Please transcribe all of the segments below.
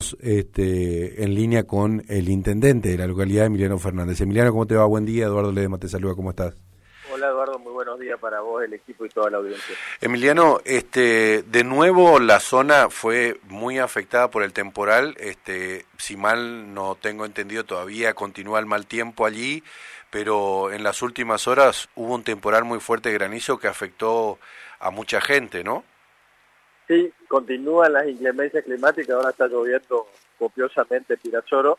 estamos en línea con el intendente de la localidad, Emiliano Fernández. Emiliano, ¿cómo te va? Buen día. Eduardo Ledesma te saluda. ¿Cómo estás? Hola Eduardo, muy buenos días para vos, el equipo y toda la audiencia. Emiliano, de nuevo la zona fue muy afectada por el temporal. Si mal no tengo entendido, todavía continúa el mal tiempo allí, pero en las últimas horas hubo un temporal muy fuerte de granizo que afectó a mucha gente, ¿no? Sí, continúan las inclemencias climáticas, ahora está lloviendo copiosamente en Virasoro,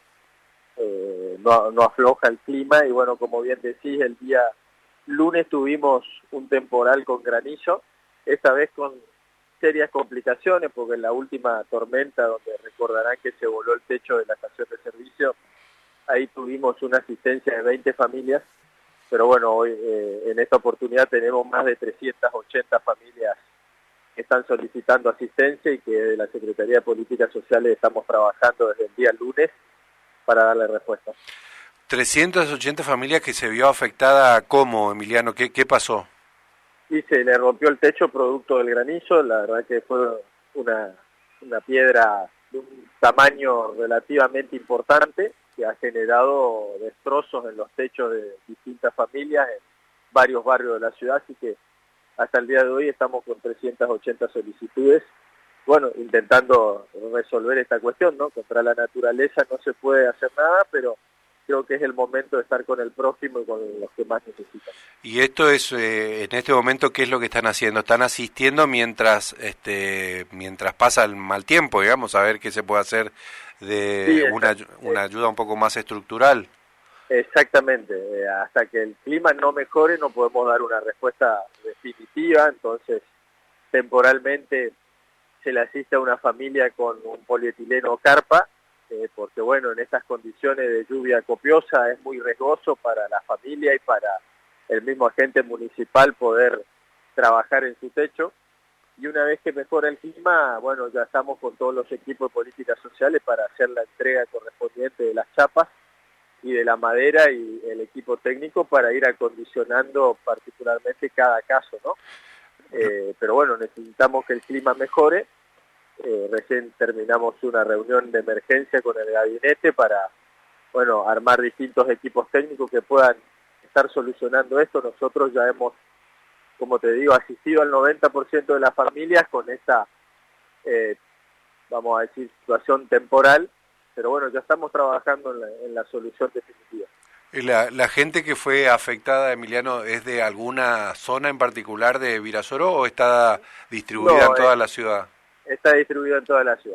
no afloja el clima y bueno, como bien decís, el día lunes tuvimos un temporal con granizo, esta vez con serias complicaciones porque en la última tormenta, donde recordarán que se voló el techo de la estación de servicio, ahí tuvimos una asistencia de 20 familias, pero bueno, hoy en esta oportunidad tenemos más de 380 familias que están solicitando asistencia y que de la Secretaría de Políticas Sociales estamos trabajando desde el día lunes para darle respuesta. 380 familias que se vio afectada, ¿cómo, Emiliano? ¿Qué pasó? Y se le rompió el techo producto del granizo, la verdad que fue una piedra de un tamaño relativamente importante que ha generado destrozos en los techos de distintas familias en varios barrios de la ciudad, así que hasta el día de hoy estamos con 380 solicitudes, bueno, intentando resolver esta cuestión, ¿no? Contra la naturaleza no se puede hacer nada, pero creo que es el momento de estar con el prójimo y con los que más necesitan. Y esto es, en este momento, ¿qué es lo que están haciendo? Están asistiendo mientras pasa el mal tiempo, digamos, a ver qué se puede hacer de sí, una ayuda un poco más estructural. Exactamente, hasta que el clima no mejore no podemos dar una respuesta definitiva, entonces temporalmente se le asiste a una familia con un polietileno carpa, porque bueno, en estas condiciones de lluvia copiosa es muy riesgoso para la familia y para el mismo agente municipal poder trabajar en su techo, y una vez que mejora el clima, bueno, ya estamos con todos los equipos de políticas sociales para hacer la entrega correspondiente de las chapas y de la madera y el equipo técnico para ir acondicionando particularmente cada caso, ¿no? Pero bueno, necesitamos que el clima mejore. Recién terminamos una reunión de emergencia con el gabinete para, bueno, armar distintos equipos técnicos que puedan estar solucionando esto. Nosotros ya hemos, como te digo, asistido al 90% de las familias con esta, vamos a decir, situación temporal, pero bueno, ya estamos trabajando en la solución definitiva. ¿La gente que fue afectada, Emiliano, es de alguna zona en particular de Virasoro o está distribuida en toda la ciudad? Está distribuido en toda la ciudad.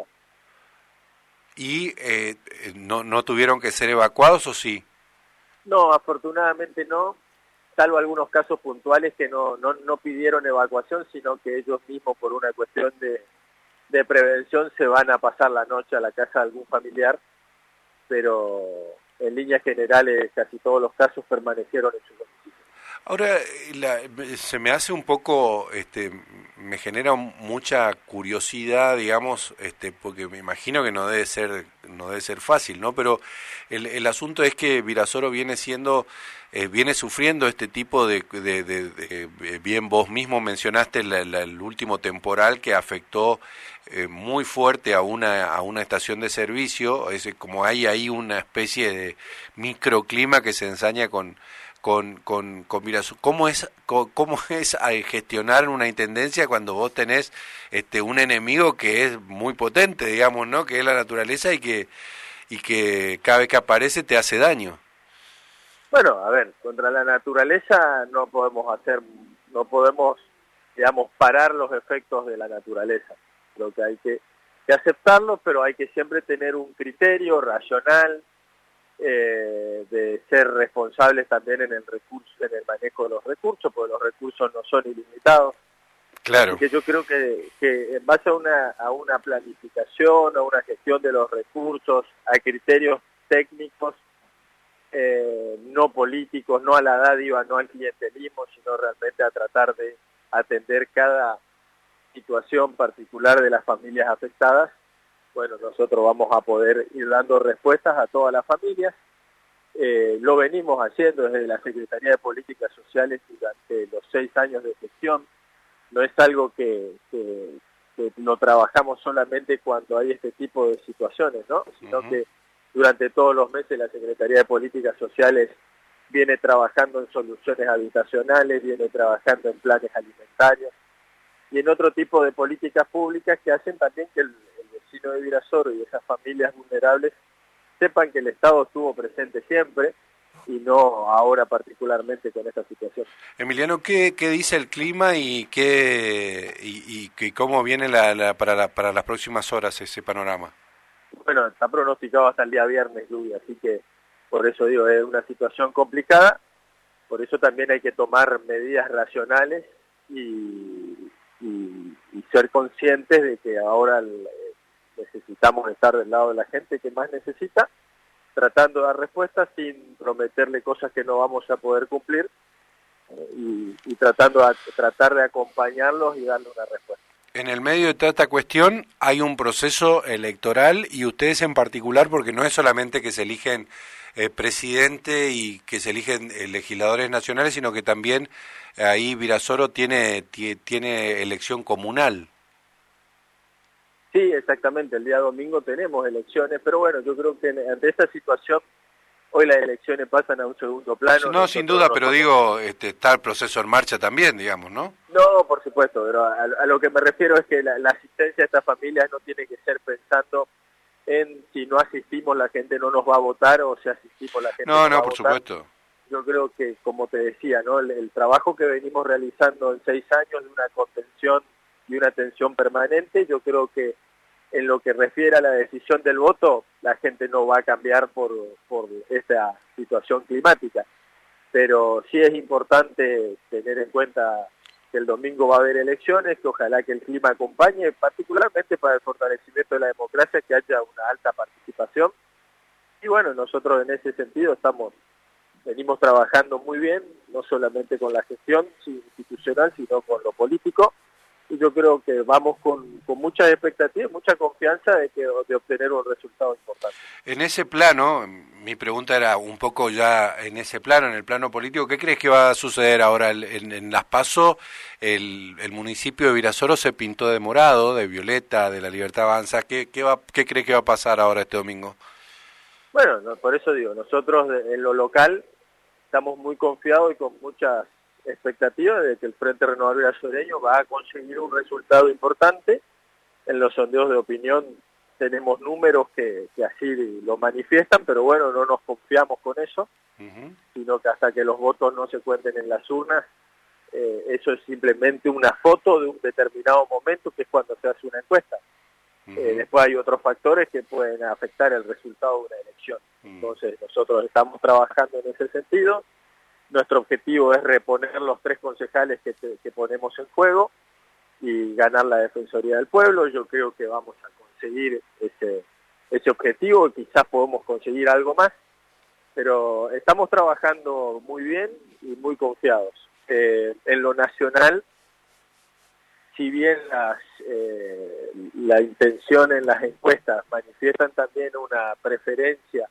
¿Y no tuvieron que ser evacuados o sí? No, afortunadamente no, salvo algunos casos puntuales que no pidieron evacuación, sino que ellos mismos por una cuestión de prevención se van a pasar la noche a la casa de algún familiar, pero en líneas generales casi todos los casos permanecieron en su domicilio. Ahora, se me hace un poco, me genera mucha curiosidad, digamos, porque me imagino que no debe ser fácil, ¿no? Pero el asunto es que Virasoro viene sufriendo este tipo bien vos mismo mencionaste el último temporal que afectó muy fuerte a una estación de servicio, como hay ahí una especie de microclima que se ensaña con Virasoro. ¿Cómo es gestionar una intendencia cuando vos tenés un enemigo que es muy potente, digamos, ¿no? Que es la naturaleza y que cada vez que aparece te hace daño? Bueno, a ver, contra la naturaleza no podemos, digamos, parar los efectos de la naturaleza. Creo que hay que aceptarlo, pero hay que siempre tener un criterio racional, de ser responsables también en el manejo de los recursos, porque los recursos no son ilimitados. Claro. Así que yo creo que en base a una planificación, a una gestión de los recursos, a criterios técnicos, no políticos, no a la dádiva, no al clientelismo, sino realmente a tratar de atender cada situación particular de las familias afectadas. Bueno, nosotros vamos a poder ir dando respuestas a todas las familias. Lo venimos haciendo desde la Secretaría de Políticas Sociales durante los 6 años de gestión. No es algo que no trabajamos solamente cuando hay este tipo de situaciones, ¿no? Sino que durante todos los meses la Secretaría de Políticas Sociales viene trabajando en soluciones habitacionales, viene trabajando en planes alimentarios y en otro tipo de políticas públicas que hacen también que el vecino de Virasoro y esas familias vulnerables sepan que el Estado estuvo presente siempre y no ahora particularmente con esta situación. Emiliano, ¿qué dice el clima y cómo viene para las próximas horas ese panorama? Bueno, está pronosticado hasta el día viernes lluvia, así que por eso digo, es una situación complicada, por eso también hay que tomar medidas racionales y ser conscientes de que ahora necesitamos estar del lado de la gente que más necesita, tratando de dar respuestas sin prometerle cosas que no vamos a poder cumplir y tratar de acompañarlos y darle una respuesta. En el medio de toda esta cuestión hay un proceso electoral y ustedes en particular, porque no es solamente que se eligen presidente y que se eligen legisladores nacionales, sino que también ahí Virasoro tiene elección comunal. Sí, exactamente, el día domingo tenemos elecciones, pero bueno, yo creo que ante esta situación hoy las elecciones pasan a un segundo plano. No, sin duda, pero digo, está el proceso en marcha también, digamos, ¿no? No, por supuesto, pero a lo que me refiero es que la asistencia a estas familias no tiene que ser pensando en si no asistimos la gente no nos va a votar o si asistimos la gente no va a votar. Por supuesto. Yo creo que, como te decía, ¿no? El trabajo que venimos realizando en 6 años de una contención y una atención permanente, yo creo que en lo que refiere a la decisión del voto, la gente no va a cambiar por esta situación climática. Pero sí es importante tener en cuenta que el domingo va a haber elecciones, que ojalá que el clima acompañe, particularmente para el fortalecimiento de la democracia, que haya una alta participación. Y bueno, nosotros en ese sentido venimos trabajando muy bien, no solamente con la gestión institucional, sino con lo político. Y yo creo que vamos con muchas expectativas, mucha confianza de obtener un resultado importante. En ese plano, mi pregunta era un poco ya en ese plano, en el plano político, ¿qué crees que va a suceder ahora en las PASO? El municipio de Virasoro se pintó de morado, de violeta, de La Libertad Avanza. ¿Qué crees que va a pasar ahora este domingo? Bueno, por eso digo, nosotros en lo local estamos muy confiados y con muchas expectativa de que el Frente Renovador Virasoreño va a conseguir un resultado importante. En los sondeos de opinión tenemos números que así lo manifiestan, pero bueno, no nos confiamos con eso, sino que hasta que los votos no se cuenten en las urnas, eso es simplemente una foto de un determinado momento, que es cuando se hace una encuesta. Después hay otros factores que pueden afectar el resultado de una elección. Entonces nosotros estamos trabajando en ese sentido. Nuestro objetivo es reponer los 3 concejales que ponemos en juego y ganar la Defensoría del Pueblo. Yo creo que vamos a conseguir ese objetivo, quizás podemos conseguir algo más, pero estamos trabajando muy bien y muy confiados. En lo nacional, si bien la intención en las encuestas manifiestan también una preferencia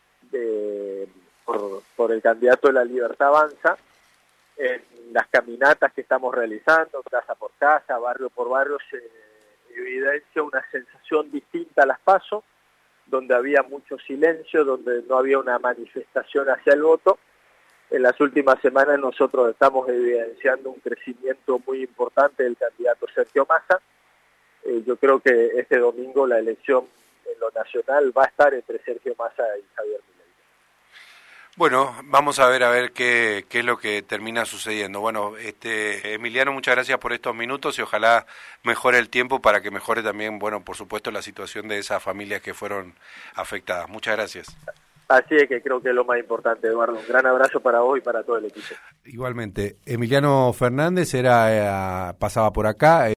por el candidato de La Libertad Avanza, en las caminatas que estamos realizando, casa por casa, barrio por barrio, se evidencia una sensación distinta a las PASO, donde había mucho silencio, donde no había una manifestación hacia el voto. En las últimas semanas nosotros estamos evidenciando un crecimiento muy importante del candidato Sergio Massa. Yo creo que este domingo la elección en lo nacional va a estar entre Sergio Massa y Javier Milei. Bueno, vamos a ver qué es lo que termina sucediendo. Bueno, Emiliano, muchas gracias por estos minutos y ojalá mejore el tiempo para que mejore también, bueno, por supuesto, la situación de esas familias que fueron afectadas. Muchas gracias. Así es que creo que es lo más importante, Eduardo. Un gran abrazo para vos y para todo el equipo. Igualmente, Emiliano Fernández pasaba por acá.